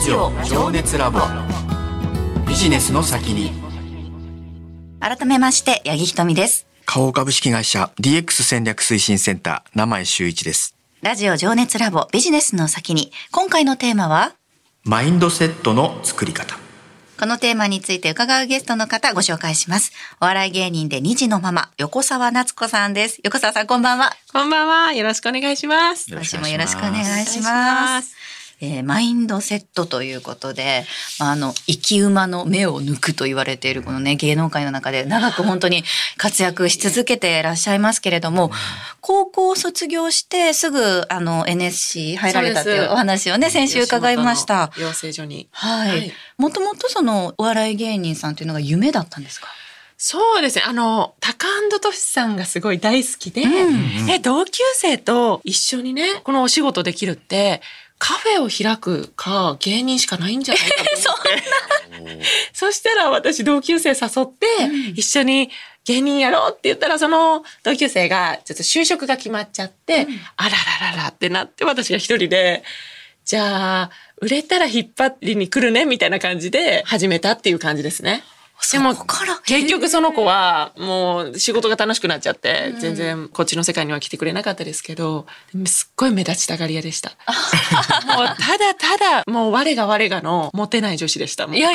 ジオ情熱ラボ、ビジネスの先に。 改めまして八木ひとみです。 花王株式会社 DX 戦略推進センター名前修一です。 ラジオ情熱ラボビジネスの先に、今回のテーマはマインドセットの作り方。 このテーマについて伺うゲストの方ご紹介します。お笑い芸人で2児のママ、横澤夏子さんです。横澤さん、こんばんは。 こんばんは。よろしくお願いします。 私もよろしくお願いします。マインドセットということで、生き馬の目を抜くと言われているこのね、芸能界の中で長く本当に活躍し続けていらっしゃいますけれども、高校を卒業してすぐNSC 入られたというお話をね、先週伺いました。 養成所に。 はい。もともとそのお笑い芸人さんというのが夢だったんですか？ そうですね。タカアンドトシさんがすごい大好きで、同級生と一緒にね、このお仕事できるって、カフェを開くか芸人しかないんじゃないかと思って。そしたら私同級生誘って、一緒に芸人やろうって言ったら、その同級生がちょっと就職が決まっちゃって、あららららってなって、私が一人で、じゃあ売れたら引っ張りに来るねみたいな感じで始めたっていう感じですね。でも結局その子はもう仕事が楽しくなっちゃって、全然こっちの世界には来てくれなかったですけど、すっごい目立ちたがり屋でした。もうただただもう我がのモテない女子でした。 いや。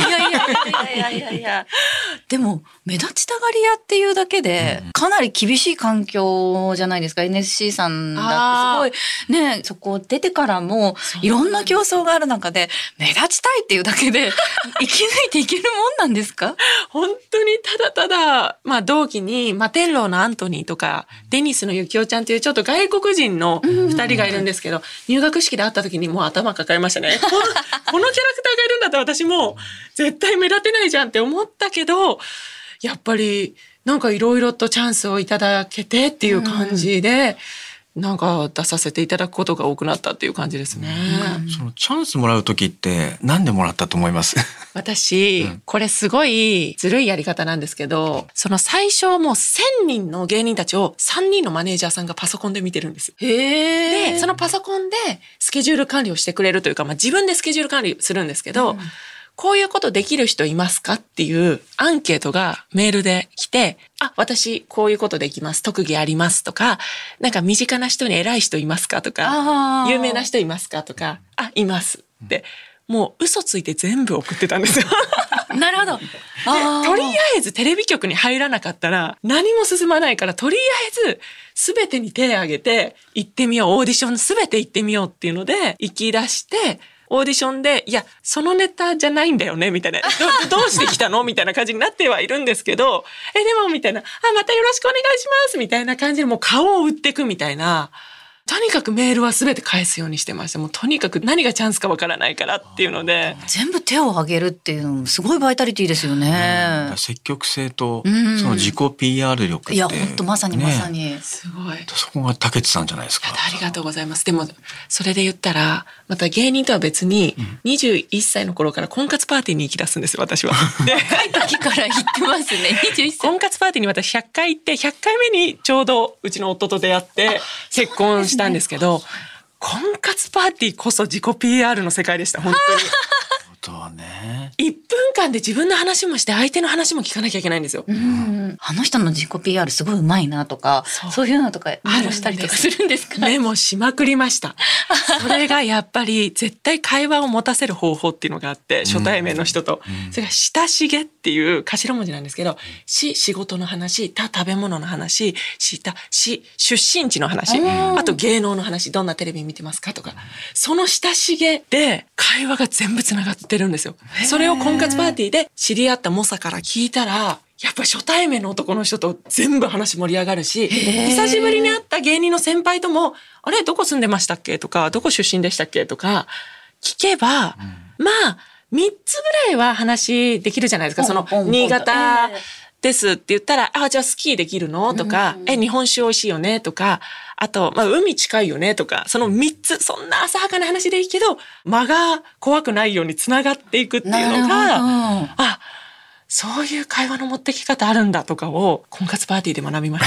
でも目立ちたがり屋っていうだけでかなり厳しい環境じゃないですか。NSC さんだってすごいね、そこ出てからもいろんな競争がある中で目立ちたいっていうだけで生き抜いていけるもんなんですか？ 本当にただ、同期に、天狼のアントニーとか、デニスのユキオちゃんっていうちょっと外国人の2人がいるんですけど、入学式で会った時にもう頭抱えましたね。このキャラクターがいるんだったら私も絶対目立てないじゃんって思ったけど、やっぱりなんかいろいろとチャンスをいただけてっていう感じで、なんか出させていただくことが多くなったっていう感じですね。 そのチャンスもらう時って何でもらったと思います？ 私、これすごいずるいやり方なんですけど、その最初もう1000人の芸人たちを3人のマネージャーさんがパソコンで見てるんです。で、そのパソコンでスケジュール管理をしてくれるというか、自分でスケジュール管理するんですけど、こういうことできる人いますかっていうアンケートがメールで来て、私こういうことできます。特技ありますとか、なんか身近な人に偉い人いますかとか、有名な人いますかとか、いますって、もう嘘ついて全部送ってたんですよ。 なるほど。 とりあえずテレビ局に入らなかったら何も進まないから、とりあえず全てに手を挙げて行ってみよう。オーディション全て行ってみようっていうので行き出して、オーディションで、いや、そのネタじゃないんだよね、みたいな。どうしてきたのみたいな感じになってはいるんですけど、でも、みたいな、またよろしくお願いしますみたいな感じで、もう顔を売っていくみたいな。とにかくメールは全て返すようにしてました。もうとにかく何がチャンスかわからないからっていうので。 全部手を挙げるっていうのもすごいバイタリティですよね。 積極性とその自己 PR 力って。 いや、本当まさに。 すごい。 そこが長けてたんじゃないですか。 ありがとうございます。でも、それで言ったら、また芸人とは別に、21歳の頃から婚活パーティーに行き出すんですよ、私は。 で、若い時から行ってますね、21歳。 婚活パーティーに私100回行って、100回目にちょうどうちの夫と出会って、結婚したんですけど、婚活パーティーこそ自己 PR の世界でした、本当に。1分間で自分の話もして相手の話も聞かなきゃいけないんですよ。 あの人の自己 PR すごいうまいなとか、そういうのとかメモしたりとかするんですか？ メモしまくりました。それがやっぱり絶対会話を持たせる方法っていうのがあって、初対面の人と。それが親しげっていう頭文字なんですけど、仕事の話、食べ物の話、出身地の話、あと芸能の話、どんなテレビ見てますかとか、その親しげで会話が全部つながってるんですよ。それを婚活パーティーで知り合った猛者から聞いたら、やっぱり初対面の男の人と全部話盛り上がるし、久しぶりに会った芸人の先輩とも、あれどこ住んでましたっけとか、どこ出身でしたっけとか聞けば、3つぐらいは話できるじゃないですか。その新潟ですって言ったら、じゃあスキーできるのとか、日本酒美味しいよねとか、あと、海近いよねとか、その3つ、そんな浅はかな話でいいけど、間が怖くないようにつながっていくっていうのが、そういう会話の持ってき方あるんだとかを婚活パーティーで学びました。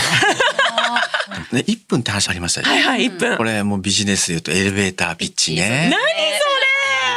1分って話ありましたよね。 はい、1分。 これもうビジネスで言うとエレベーターピッチね。 何それ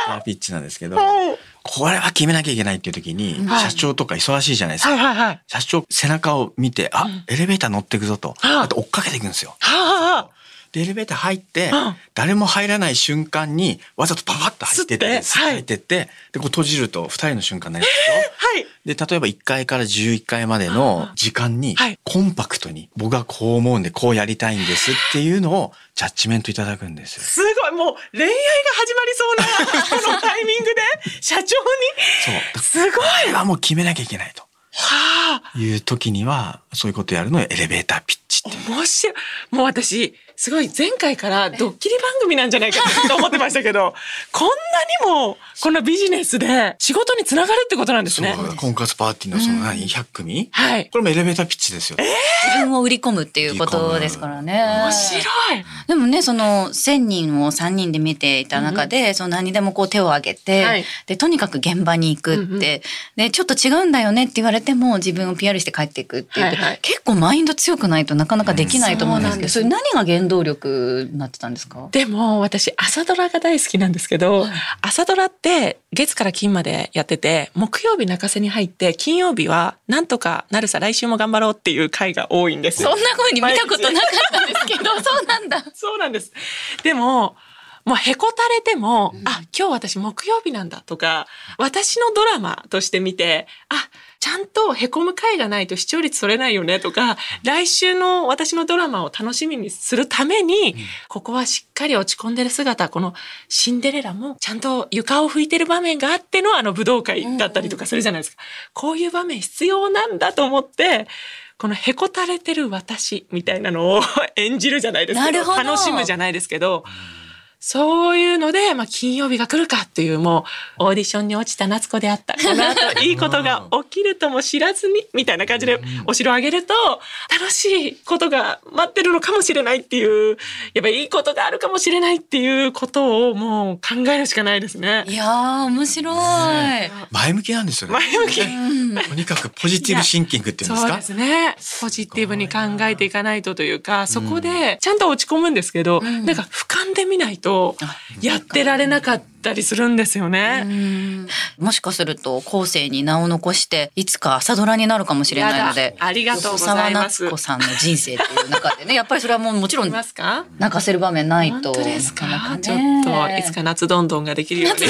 ーピッチなんですけど、これは決めなきゃいけないっていう時に、社長とか忙しいじゃないですか。社長背中を見て、エレベーター乗っていくぞと、あと追っかけていくんですよ。でエレベーター入って、誰も入らない瞬間にわざとパパッと入ってって、入ってって、でこう閉じると2人の瞬間になりますよ。で例えば1階から11階までの時間にコンパクトに僕はこう思うんでこうやりたいんですっていうのをジャッジメントいただくんですよ。 すごい、もう恋愛が始まりそうなこのタイミングで社長にそうすごい、 これはもう決めなきゃいけないと。いう時にはそういうことやるのをエレベーターピッチっていう。 面白い。もう私すごい前回からドッキリ番組なんじゃないかと思ってましたけどこんなにもこのビジネスで仕事につながるってことなんですね。 そう婚活パーティーのその100組、これもエレベーターピッチですよ。 自分を売り込むっていうことですからね。 面白い。 でもね、その1000人を3人で見ていた中で、その何にでもこう手を挙げて、でとにかく現場に行くって、でちょっと違うんだよねって言われても自分を PR して帰っていくって言って、結構マインド強くないとなかなかできないと思うんですけど、それ何が原動力になってたんですか？ でも私朝ドラが大好きなんですけど、朝ドラって月から金までやってて、木曜日泣かせに入って金曜日はなんとかなるさ来週も頑張ろうっていう回が多いんです。 そんな風に見たことなかったんですけどそうなんだ。 そうなんです。でももうへこたれても、今日私木曜日なんだとか、私のドラマとして見て、ちゃんとへこむ回がないと視聴率取れないよねとか、来週の私のドラマを楽しみにするために、ここはしっかり落ち込んでる姿、このシンデレラもちゃんと床を拭いてる場面があっての武道会だったりとかするじゃないですか。こういう場面必要なんだと思って、このへこたれてる私みたいなのを演じるじゃないですけど、楽しむじゃないですけど、そういうので、金曜日が来るかっていう、もうオーディションに落ちた夏子であった。この後いいことが起きるとも知らずに、みたいな感じでお城をあげると、楽しいことが待ってるのかもしれないっていう、やっぱりいいことがあるかもしれないっていうことをもう考えるしかないですね。 いやー、面白い。 前向きなんですよね。 前向き。 とにかくポジティブシンキングっていうんですか？ そうですね。ポジティブに考えていかないとというか、そこでちゃんと落ち込むんですけど、なんか俯瞰で見ないと、やってられなかったりするんですよね。 もしかすると後世に名を残していつか朝ドラになるかもしれないので、 ありがとうございます。 横澤夏子さんの人生っていう中でね、やっぱりそれはもちろん泣かせる場面ないと。 本当ですか？ちょっといつか夏どんどんができるように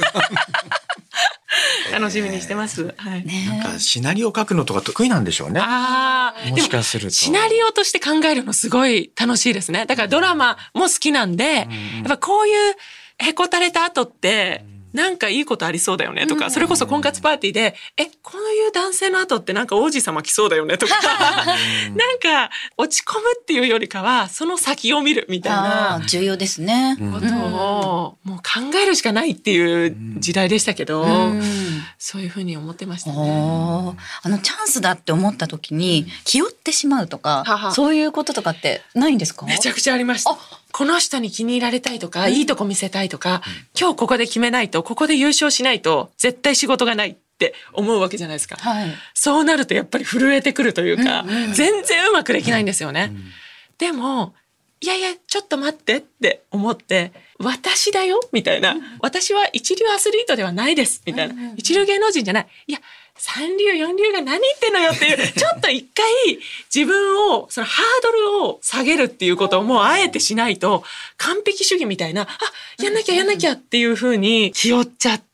楽しみにしてます。はい。 なんかシナリオ書くのとか得意なんでしょうね。もしかするとシナリオとして考えるのすごい楽しいですね。だからドラマも好きなんで、やっぱこういうへこたれた後ってなんかいいことありそうだよねとか、それこそ婚活パーティーでこういう男性の後ってなんか王子様来そうだよねとかなんか落ち込むっていうよりかはその先を見るみたいな重要ですね。 ことをもう考えるしかないっていう時代でしたけど、そういうふうに思ってましたね。 チャンスだって思った時に気負ってしまうとか、そういうこととかってないんですか？ めちゃくちゃありました。この人に気に入られたいとか、いいとこ見せたいとか、今日ここで決めないと、ここで優勝しないと絶対仕事がないって思うわけじゃないですか。そうなるとやっぱり震えてくるというか、全然うまくできないんですよね。でもいやいやちょっと待ってって思って、私だよみたいな、私は一流アスリートではないですみたいな、一流芸能人じゃない、いや三流四流が何言ってんのよっていうちょっと一回自分をそのハードルを下げるっていうことをもうあえてしないと、完璧主義みたいなやんなきゃっていう風に気負っちゃって、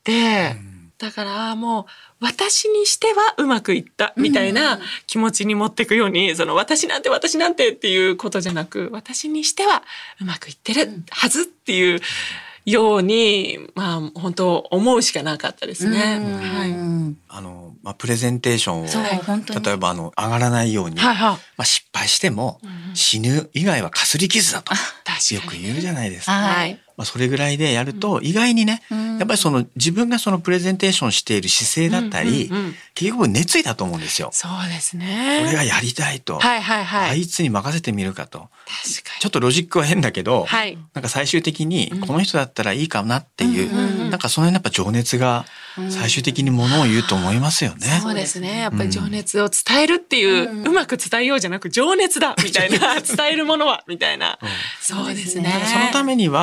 だからもう私にしてはうまくいったみたいな気持ちに持っていくように、その私なんてっていうことじゃなく、私にしてはうまくいってるはずっていうように、本当思うしかなかったですね。 プレゼンテーションを例えば上がらないように、失敗しても死ぬ以外はかすり傷だとよく言うじゃないですか。それぐらいでやると意外にね、やっぱりその自分がそのプレゼンテーションしている姿勢だったり、結局熱意だと思うんですよ。 そうですね。 これがやりたいと、あいつに任せてみるかと。ちょっとロジックは変だけど、なんか最終的にこの人だったらいいかなっていう、なんかその辺やっぱ情熱が最終的にものを言うと思いますよね。 そうですね。やっぱり情熱を伝えるっていう、うまく伝えようじゃなく情熱だみたいな伝えるものはみたいな。そうですね。 そのためには勝つ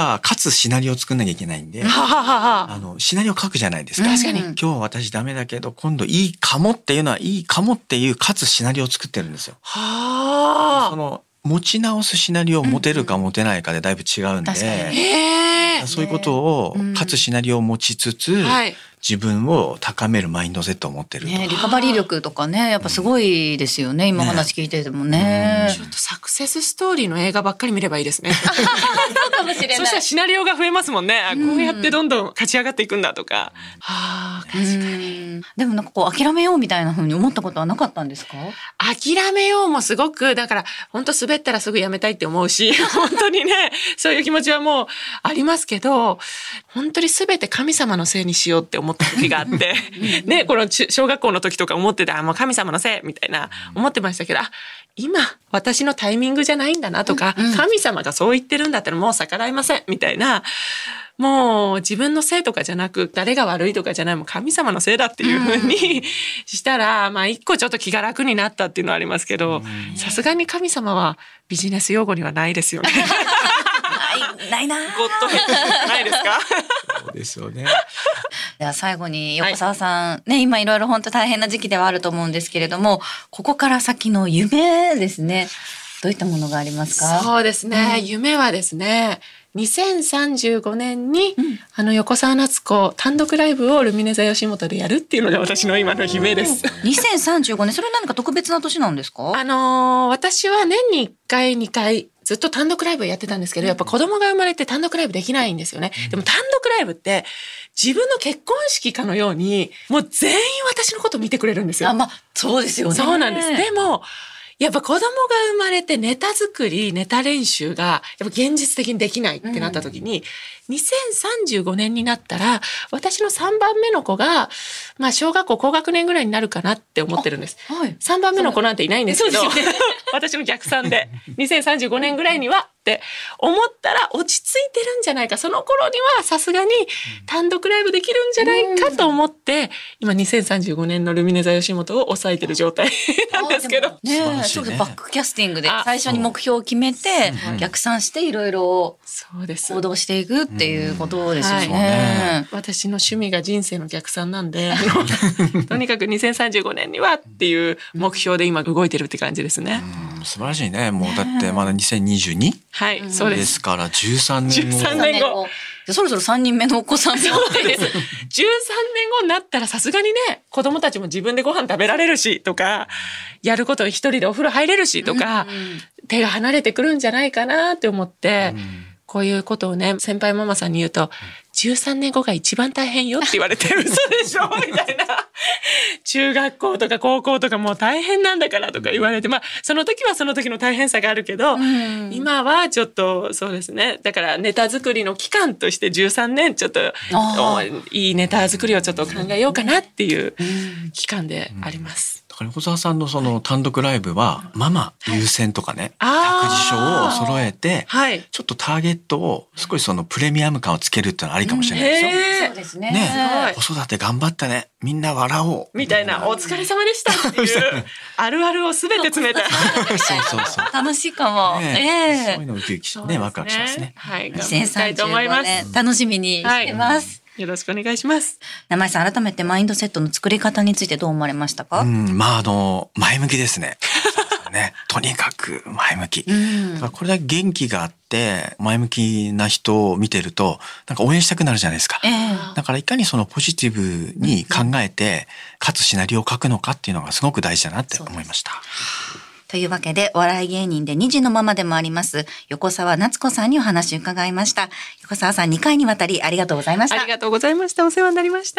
勝つシナリオを作んなきゃいけないんで、シナリオ書くじゃないですか。 確かに。 今日は私ダメだけど、今度いいかもっていうのは、いいかもっていう勝つシナリオを作ってるんですよ。その持ち直すシナリオを持てるか持てないかでだいぶ違うんで、そういうことを勝つシナリオを持ちつつ、自分を高めるマインドセットを持ってると、 リカバリー力とかね、やっぱすごいですよね、今話聞いててもね。 ちょっとサクセスストーリーの映画ばっかり見ればいいですね。 そうかもしれない。 そしたらシナリオが増えますもんね。こうやってどんどん勝ち上がっていくんだとか。確かに。 でもなんかこう諦めようみたいな風に思ったことはなかったんですか？ 諦めようもすごく、だから本当滑ったらすぐやめたいって思うし、本当にね、そういう気持ちはもうありますけど、本当に全て神様のせいにしようって思った時があって、ね、この小学校の時とか思ってた、もう神様のせいみたいな思ってましたけど、今私のタイミングじゃないんだなとか、神様がそう言ってるんだったらもう逆らいませんみたいな、もう自分のせいとかじゃなく、誰が悪いとかじゃない、もう神様のせいだっていう風にしたら、一個ちょっと気が楽になったっていうのはありますけど、さすがに神様はビジネス用語にはないですよね。 ないな。 ゴッドヘッドじゃないですか。 そうですよね。 では最後に横澤さん、ね、今いろいろ本当大変な時期ではあると思うんですけれども、ここから先の夢ですね。どういったものがありますか？ そうですね。夢はですね、2035年に、横澤夏子単独ライブをルミネ座吉本でやるっていうのが私の今の夢です。 2035年、それ何か特別な年なんですか？ 私は年に1回2回ずっと単独ライブをやってたんですけど、やっぱ子供が生まれて単独ライブできないんですよね。でも単独ライブって自分の結婚式かのように、もう全員私のこと見てくれるんですよ。 そうですよね。 そうなんです。でもやっぱ子供が生まれてネタ作り、ネタ練習がやっぱ現実的にできないってなった時に、2035年になったら私の3番目の子が、小学校高学年ぐらいになるかなって思ってるんです。3番目の子なんていないんですけど、私の逆算で2035年ぐらいにはって思ったら落ち着いてるんじゃないか。その頃にはさすがに単独ライブできるんじゃないかと思って、今2035年のルミネ座吉本を抑えてる状態なんですけど。 そうです。バックキャスティングで最初に目標を決めて逆算していろいろ行動していくっていうことですよね。 私の趣味が人生の逆算なんで、とにかく2035年にはっていう目標で今動いてるって感じですね。 素晴らしいね。もうだってまだ2022？ はい、そうです。 ですから13年後。 13年後。 そろそろ3人目のお子さんも。 そうです。13年後になったらさすがにね、子供たちも自分でご飯食べられるしとか、やること一人でお風呂入れるしとか、手が離れてくるんじゃないかなって思って、こういうことをね、先輩ママさんに言うと、13年後が一番大変よって言われて、嘘でしょみたいな。中学校とか高校とかもう大変なんだからとか言われて、その時はその時の大変さがあるけど、今はちょっとそうですね。だからネタ作りの期間として13年ちょっといいネタ作りをちょっと考えようかなっていう期間であります。 横澤さんのその単独ライブはママ優先とかね、託児所を揃えて、ちょっとターゲットを少しそのプレミアム感をつけるっていうのはありかもしれないですよ。 そうですね。 子育て頑張ったね、みんな笑おうみたいな、お疲れ様でしたっていうあるあるをすべて詰めた。 そう楽しいかも。 そういうのウキウキしてね、ワクワクしますね。 はい、頑張りたいと思います。 楽しみにしてます。 よろしくお願いします。 名前さん、改めてマインドセットの作り方についてどう思われましたか？ 前向きですね。とにかく前向き。これだけ元気があって前向きな人を見てるとなんか応援したくなるじゃないですか。だからいかにそのポジティブに考えて、かつシナリオを書くのかっていうのがすごく大事だなって思いました。 というわけで、お笑い芸人で2児のママでもあります横澤夏子さんにお話を伺いました。横澤さん、2回にわたりありがとうございました。 ありがとうございました。お世話になりました。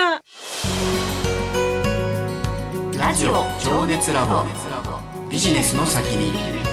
ラジオ情熱ラボ、ビジネスの先に